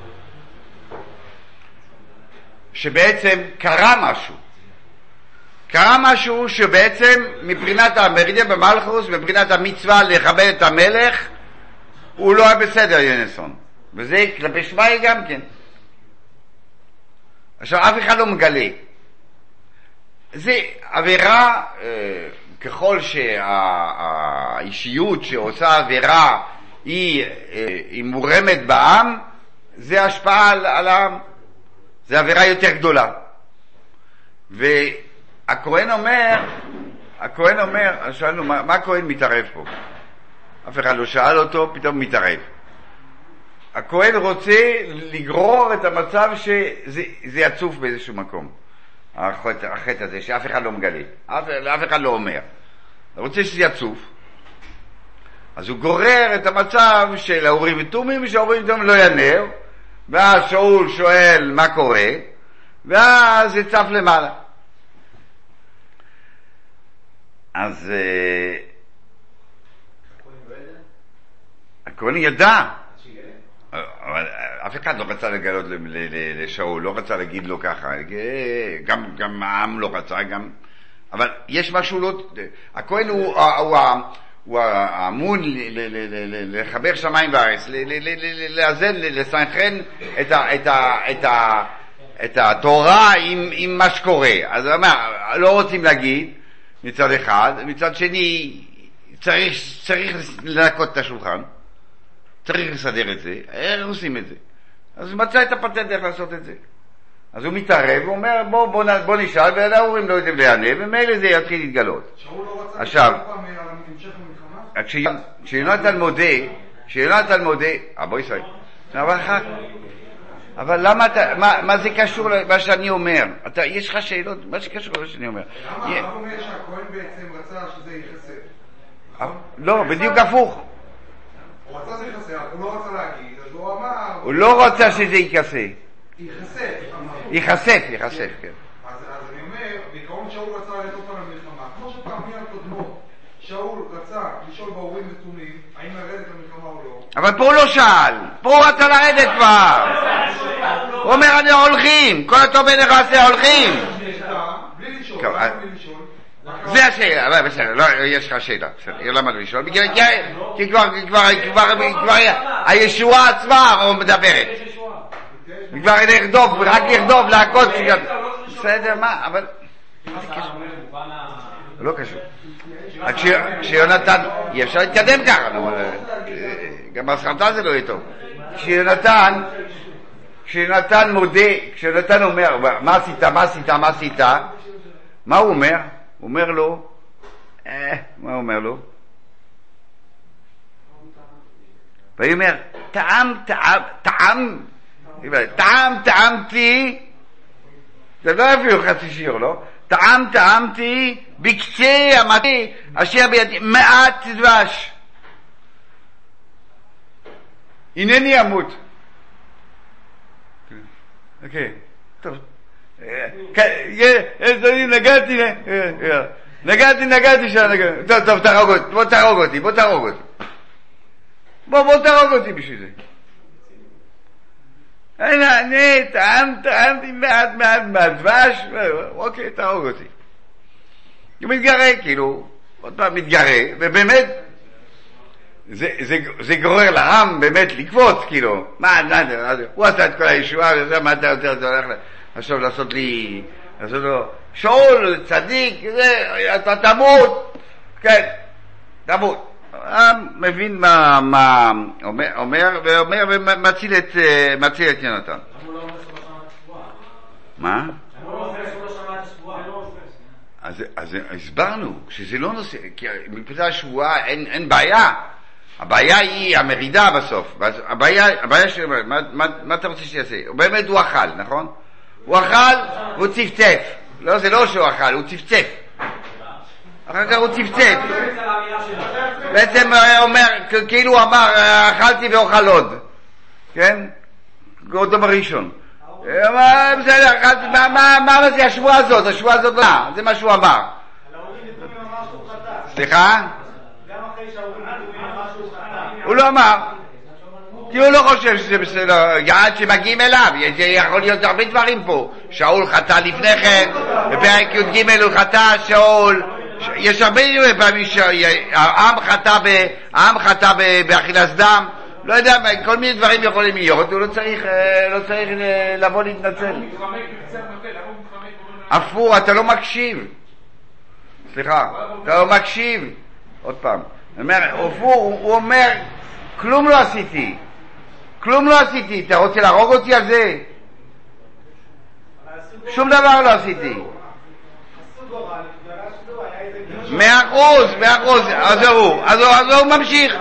שבעצם קרה משהו. קרה משהו שבעצם מבחינת המרידה במלכוס, מבחינת המצווה לכבד את המלך, הוא לא היה בסדר, יונסון. וזה כלפי שמאי גם כן. עכשיו, אף אחד לא מגלה. זה עבירה, ככל שהאישיות שעושה עבירה היא, היא מורמת בעם, זה השפעה על, על העם, זה עבירה יותר גדולה. והכהן אומר, הכהן אומר, שאלנו, מה, מה הכהן מתערב פה? אף אחד לא שאל אותו, פתאום מתערב. הכהן רוצה לגרור את המצב שזה יצוף באיזשהו מקום. החטא, החטא הזה, שאף אחד לא מגלה, אף, אף אחד לא אומר. הוא רוצה שזה יצוף. אז הוא גורר את המצב של האורים ותומים, שהאורים ותומים לא ינר, ואז שאול שואל מה קורה, ואז זה צף למעלה. אז הכהן ידע, אבל אף אחד לא רצה לגלות לשאול, לא רצה להגיד לו ככה, גם, גם העם לא רצה, גם, אבל יש משהו לא, הכהן הוא, הוא, הוא האמון לחבר שמיים וארץ, לאזן, לסנכרן את ה, את ה, את ה, את התורה עם, עם מה שקורה. אז הוא אומר, לא רוצים להגיד מצד אחד, מצד שני צריך, צריך לנקות את השולחן, צריך לסדר את זה, איך עושים את זה? אז הוא מצא את הפטנט איך לעשות את זה. אז הוא מתערב, הוא אומר, בוא, בוא, בוא נשאל, וההורים לא יודעים להיענה, ומילא זה יתחיל להתגלות. שאול לא רצה עכשיו, פעם על המשך המלחמה? כשיונתן מודה, כשיונתן מודה, אה בוא ישראל, אבל אחר, אבל למה אתה, מה, מה זה קשור למה שאני אומר? אתה, יש לך שאלות, מה שקשור למה שאני אומר? למה? הרב אומר שהכהן בעצם רצה שזה ייחשף. לא, בדיוק הפוך. הוא רצה שזה ייחשף, הוא לא רצה להגיד, אז הוא אמר... הוא לא רוצה שזה ייכסף. ייחשף. ייחשף, ייחשף, כן. אז אני אומר, בעיקרון שאול רצה ללכת אותה למלחמה. כמו שפעמים הקודמות, שאול רצה לשאול באורים ותומים, האם לרדת למלחמה או לא. אבל פה הוא לא שאל, פה הוא רצה לרדת כבר. הוא אומר, אני הולכים, כל הטוב בין הרעשה הולכים. בלי לשאול, למה בלי לשאול? זה השאלה, אבל בסדר, לא, יש לך שאלה, בסדר, למה לא לשאול? כי כבר הישועה עצמה מדברת. כבר לרדוף, רק לרדוף, להכות, בסדר, מה, אבל... לא קשור. כשיונתן, אי אפשר להתקדם ככה, גם בהסכמתה זה לא יהיה טוב. כשיונתן, כשיונתן מודה, כשיונתן אומר, מה עשית, מה עשית, מה עשית, מה הוא אומר? הוא אומר לו, אה, מה הוא אומר לו? והוא אומר, טעם, טעם, טעם, טעם, טעמתי, זה לא אפילו חצי שיעור, לא? טעם, טעמתי, בקצה המטה, אשר בידי, מעט דבש. הנני אמות. אוקיי, טוב. נגעתי, נגעתי, נגעתי שם, טוב, טוב, תהרוג אותי, בוא תהרוג אותי, בוא תהרוג אותי. בוא, בוא תהרוג אותי בשביל זה. אני טעם, טעמתי מעט, מעט, מעט דבש, אוקיי, תהרוג אותי. הוא מתגרה, כאילו, עוד פעם מתגרה, ובאמת, זה, זה, זה גורר לעם באמת לקפוץ, כאילו, מה, מה, הוא עשה את כל הישועה, וזה, מה אתה יותר, אתה הולך עכשיו לעשות לי, לעשות לו, שאול, צדיק, זה, אתה תמות, כן, תמות. העם מבין מה, מה, אומר, אומר, ואומר, ומציל את, מציל את יונתן. מה? אז, אז הסברנו, שזה לא נושא, כי מבחינת השבועה אין, אין בעיה. הבעיה היא המרידה בסוף. הבעיה, הבעיה של, מה, מה, מה אתה רוצה שיעשה? באמת הוא אכל, נכון? הוא אכל והוא צפצף. לא, זה לא שהוא אכל, הוא צפצף. אחר כך הוא צפצף. בעצם אומר, כאילו הוא אמר, אכלתי ואוכל עוד. כן? עוד דבר ראשון. בסדר, אכלתי, מה זה השבועה הזאת? השבועה הזאת לא, זה מה שהוא אמר. סליחה? הוא לא אמר, כי הוא לא חושב שזה בסדר, עד שמגיעים אליו, יכול להיות הרבה דברים פה. שאול חטא לפני כן, בפרק י"ג הוא חטא, שאול, יש הרבה פעמים שהעם חטא, העם חטא באכילת דם, לא יודע, כל מיני דברים יכולים להיות, הוא לא צריך, לא צריך לבוא להתנצל. אפור, אתה לא מקשיב. סליחה, אתה לא מקשיב. עוד פעם. אפור, הוא אומר, כלום לא עשיתי. כלום לא עשיתי. אתה רוצה להרוג אותי על זה? שום דבר לא עשיתי. מאה אחוז, מאה אחוז. אז הוא, אז הוא ממשיך.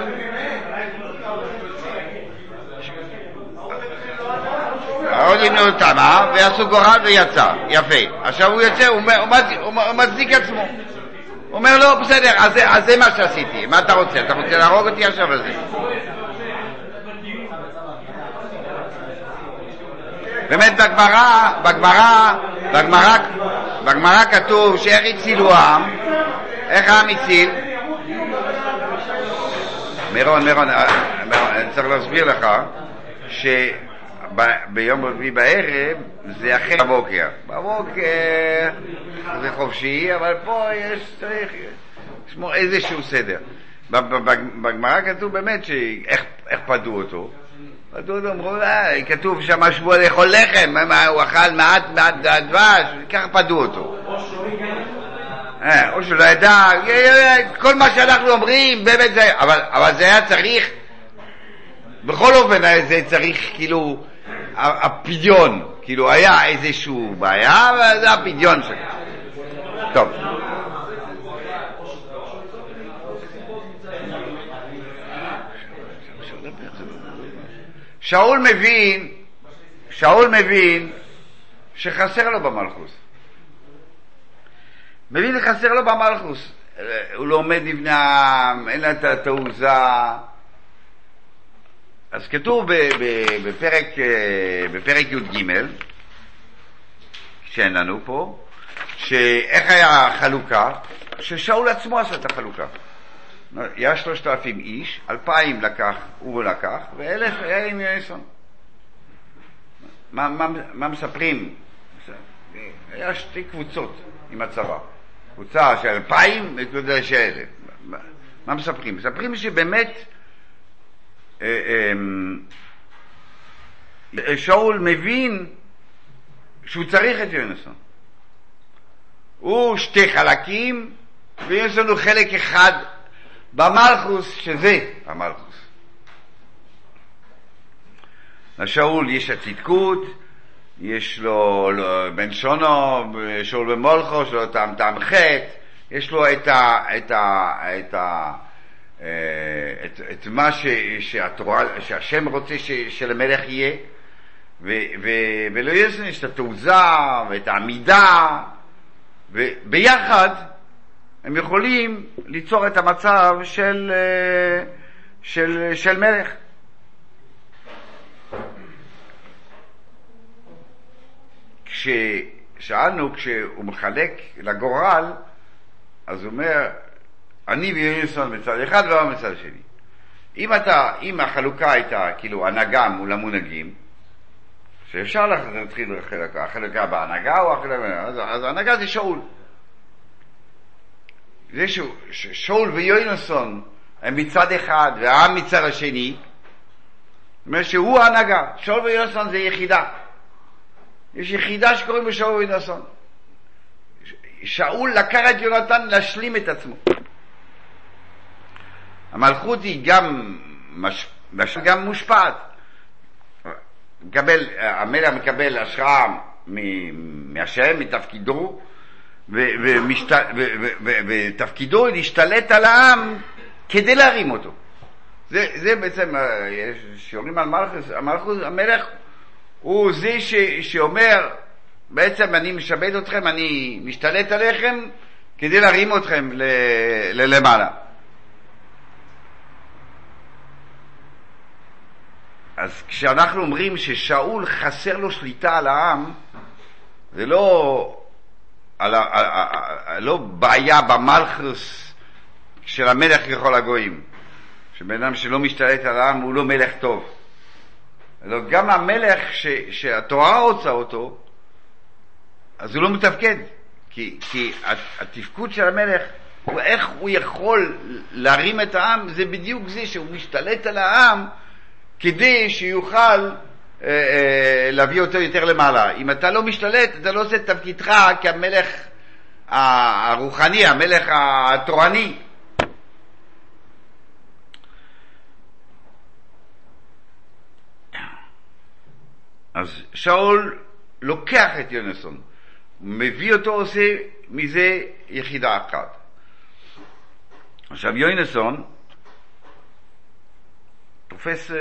עוד ימנו אותם, אה? ועשו גורל ויצא. יפה. עכשיו הוא יוצא, הוא, הוא, הוא מצדיק עצמו. הוא אומר לו, בסדר, אז, אז זה מה שעשיתי. מה אתה רוצה? אתה רוצה להרוג אותי עכשיו על זה? באמת בגמרא, בגמרא, בגמרא, בגמרא כתוב שאיך הצילו העם? איך העם הציל? מירון, מירון, אני צריך להסביר לך ש... ביום רביעי בערב זה אחרי בבוקר. בבוקר זה חופשי, אבל פה יש צריך לשמור איזשהו סדר. בגמרא כתוב באמת שאיך פדו אותו. פדו אותו, אמרו, כתוב שם שבוע לאכול לחם, הוא אכל מעט מעט דבש, ככה פדו אותו. או שלא ידע, כל מה שאנחנו אומרים באמת זה, אבל זה היה צריך, בכל אופן זה צריך כאילו הפדיון, כאילו היה איזשהו בעיה, וזה הפדיון שלו. טוב. שאול מבין, שאול מבין שחסר לו במלכוס. מבין חסר לו במלכוס. הוא לא עומד לבני העם, אין לה את התעוזה. אז כתוב בפרק, בפרק י"ג, שאין לנו פה, שאיך היה החלוקה, ששאול עצמו עשה את החלוקה. היה שלושת אלפים איש, אלפיים לקח, הוא לקח, ואלף היה עם יונסון. מה, מה, מה מספרים? היה שתי קבוצות עם הצבא. קבוצה של אלפיים וקבוצה של אלף. מה מספרים? מספרים שבאמת שאול מבין שהוא צריך את יונסון. הוא שתי חלקים, ויונסון הוא חלק אחד במלכוס, שזה המלכוס. לשאול יש הצדקות, יש לו בן שונו, שאול במולכו, יש לו טעם טעם חטא, יש לו את ה... את ה... את ה... את, את מה ש, שהתורה, שהשם רוצה ש, שלמלך יהיה, ו, ו, ולא יסן יש את התעוזה ואת העמידה, וביחד הם יכולים ליצור את המצב של, של, של מלך. כששאלנו, כשהוא מחלק לגורל, אז הוא אומר, אני ויונסון מצד אחד ולא מצד שני. אם אתה, אם החלוקה הייתה כאילו הנהגה מול המונהגים, שאפשר להתחיל החלוקה, החלוקה בהנהגה או החלוקה, אז, אז ההנהגה זה שאול. זה ששאול ויונסון הם מצד אחד והעם מצד השני, זאת אומרת שהוא ההנהגה. שאול ויונסון זה יחידה. יש יחידה שקוראים בשאול ויונסון. שאול לקח את יונתן להשלים את עצמו. המלכות היא גם, מש... גם מושפעת. מקבל, המלך מקבל השראה מהשם, מתפקידו, ו... ומשת... ו... ו... ו... ותפקידו להשתלט על העם כדי להרים אותו. זה, זה בעצם, שיורים על מלכות, המלכות, המלך הוא זה ש... שאומר, בעצם אני משבד אתכם, אני משתלט עליכם כדי להרים אתכם ל... ללמעלה. אז כשאנחנו אומרים ששאול חסר לו שליטה על העם, זה לא, על ה, על, על, לא בעיה במלכוס של המלך ככל הגויים, שבן אדם שלא משתלט על העם הוא לא מלך טוב. אלא גם המלך ש, שהתורה רוצה אותו, אז הוא לא מתפקד, כי, כי התפקוד של המלך, הוא איך הוא יכול להרים את העם, זה בדיוק זה שהוא משתלט על העם, כדי שיוכל להביא אותו יותר למעלה. אם אתה לא משתלט, אתה לא עושה את תפקידך כמלך הרוחני, המלך התורני. אז שאול לוקח את יונסון, מביא אותו, עושה מזה יחידה אחת. עכשיו יונסון תופס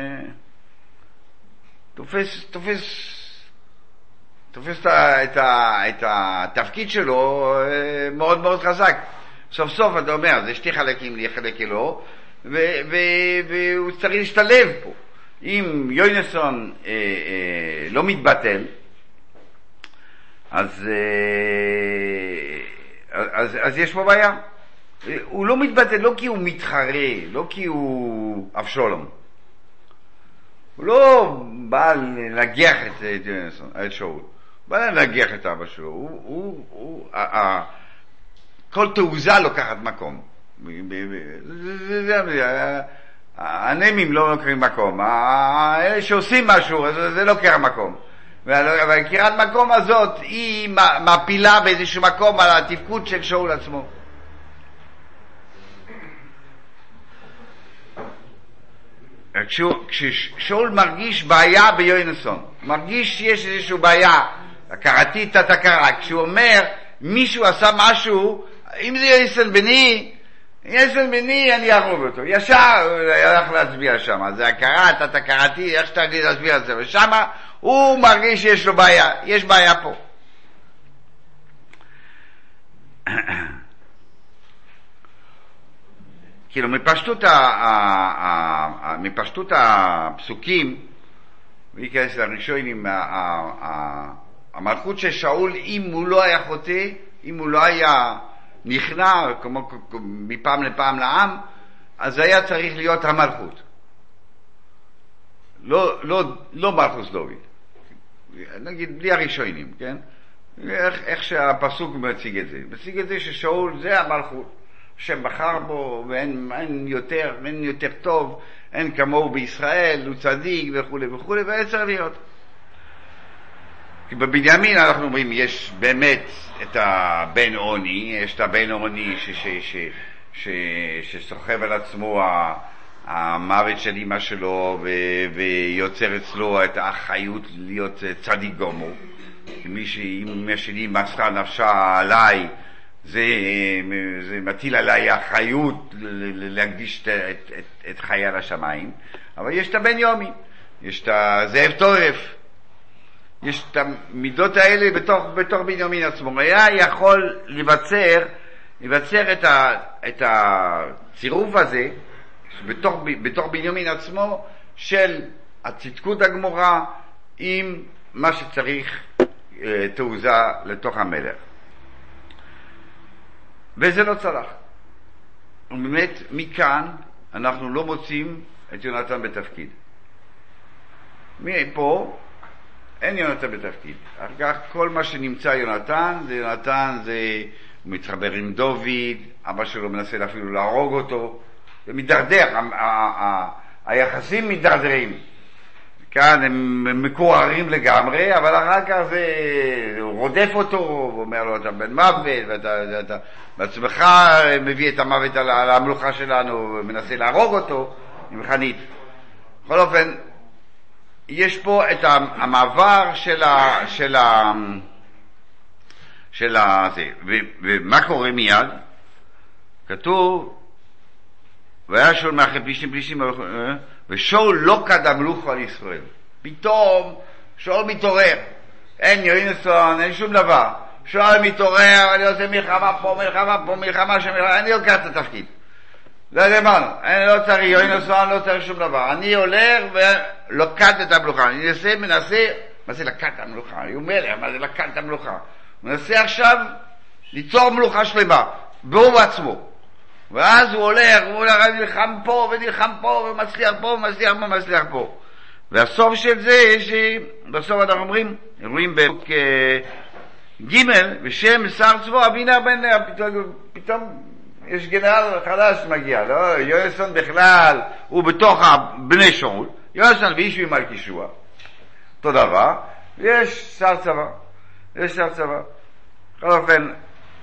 תופס תופס תופס את, ה, את התפקיד שלו מאוד מאוד חזק. סוף סוף אתה אומר, זה שתי חלקים לי, חלק אלו, והוא צריך להשתלב פה. אם יונסון אה, אה, לא מתבטל, אז, אה, אז, אז יש פה בעיה. הוא לא מתבטל לא כי הוא מתחרה, לא כי הוא אבשלום. הוא לא בא לנגח את, את יונסון, את שאול. הוא בא לנגח את אבא שלו. הוא, הוא, הוא, ה, ה, כל תעוזה לוקחת מקום. זה, זה, זה, הנמים לא לוקחים מקום, אלה שעושים משהו, זה לא לוקח מקום. והקירת מקום הזאת היא מפילה באיזשהו מקום על התפקוד של שאול עצמו. כששאול מרגיש בעיה ביונסון, מרגיש שיש איזושהי בעיה, הכרתית התכרה, כשהוא אומר מישהו עשה משהו, אם זה יונסון בני, יונסון בני אני ארוג אותו, ישר הוא הלך להצביע שם, זה הכרת, התכרתי, איך שאתה תגיד להצביע על זה, ושם הוא מרגיש שיש לו בעיה, יש בעיה פה. כאילו מפשטות, ה, ה, ה, מפשטות הפסוקים, וייכנס לראשונים, המלכות של שאול, אם הוא לא היה חוטא, אם הוא לא היה נכנע, כמו מפעם לפעם לעם, אז היה צריך להיות המלכות. לא, לא, לא מלכוס דוד. נגיד, בלי הראשונים, כן? איך, איך שהפסוק מציג את זה. מציג את זה ששאול זה המלכות. שבחר בו, ואין אין יותר, אין יותר טוב, אין כמוהו בישראל, הוא צדיק וכו' וכו', והיה צריך להיות. כי בבנימין אנחנו אומרים, יש באמת את הבן עוני, יש את הבן עוני ש, ש, ש, ש, שסוחב על עצמו המוות של אמא שלו, ו, ויוצר אצלו את האחריות להיות צדיק גמור. מי שאמא שלי מסרה נפשה עליי, זה, זה מטיל עליי האחריות להקדיש את, את, את, את חיי על השמיים. אבל יש את הבן יומי, יש את הזאב טורף, יש את המידות האלה בתוך, בתוך בנימין עצמו. היה יכול לבצר, לבצר את, ה, את הצירוף הזה בתוך, בתוך בנימין עצמו של הצדקות הגמורה עם מה שצריך תעוזה לתוך המלך. וזה לא צלח. ובאמת, מכאן אנחנו לא מוצאים את יונתן בתפקיד. מפה אין יונתן בתפקיד. אחר כך כל מה שנמצא יונתן, זה יונתן, זה הוא מתחבר עם דוד, אבא שלו מנסה אפילו להרוג אותו, זה מדרדר, ה- ה- ה- היחסים מדרדרים. כאן הם מקוררים לגמרי, אבל אחר כך זה, הוא רודף אותו, הוא אומר לו, אתה בן מוות, ואתה אתה, בעצמך מביא את המוות על, על המלוכה שלנו, ומנסה להרוג אותו עם חנית. בכל אופן, יש פה את המעבר של ה... של ה... של ה... זה. ו, ומה קורה מיד? כתוב, והיה שאול מאחרי פלישתים פלישתים, ושאול לא קדם מלוכו על ישראל. פתאום שאול מתעורר, אין יונסון, אין שום דבר. שאול מתעורר, אני עושה מלחמה פה, מלחמה פה, מלחמה שם, אני לוקח את התפקיד. לא יודע מה, אני לא צריך יונסון, לא צריך שום דבר. אני הולך ולוקח את המלוכה. אני מנסה, מנסה, מה זה לקח את המלוכה? אני אומר לה, מה זה לקח את המלוכה? הוא מנסה עכשיו ליצור מלוכה שלמה, בו בעצמו. ואז הוא הולך, הוא הולך, נלחם פה ונלחם פה ומצליח פה ומצליח פה ומצליח פה. והסוף של זה, בסוף אנחנו אומרים, רואים בפרק ג' ושם שר צבא אבינר בן נר, פתאום, פתאום יש גנרל חדש מגיע, לא? יונסון בכלל הוא בתוך בני שאול, יונסון ואיש ממלכישוע. אותו דבר, ויש שר צבא, יש שר צבא. בכל אופן,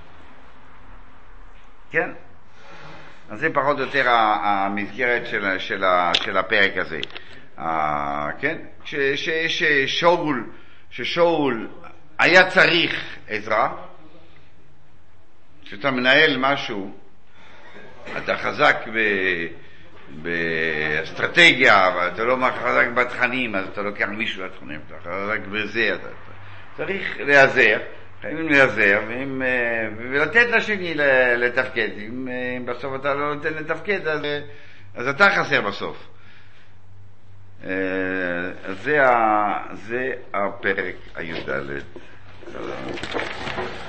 כן? אז זה פחות או יותר המסגרת של, של, של הפרק הזה. כן? ששאול, ששאול היה צריך עזרה, כשאתה מנהל משהו, אתה חזק ב... באסטרטגיה, אבל אתה לא חזק בתכנים, אז אתה לוקח מישהו לתכנים, אתה חזק בזה, אתה צריך להיעזר, חייבים להיעזר, ולתת לשני לתפקד. אם בסוף אתה לא נותן לתפקד, אז, אז אתה חסר בסוף. זה, זה הפרק הי"ד.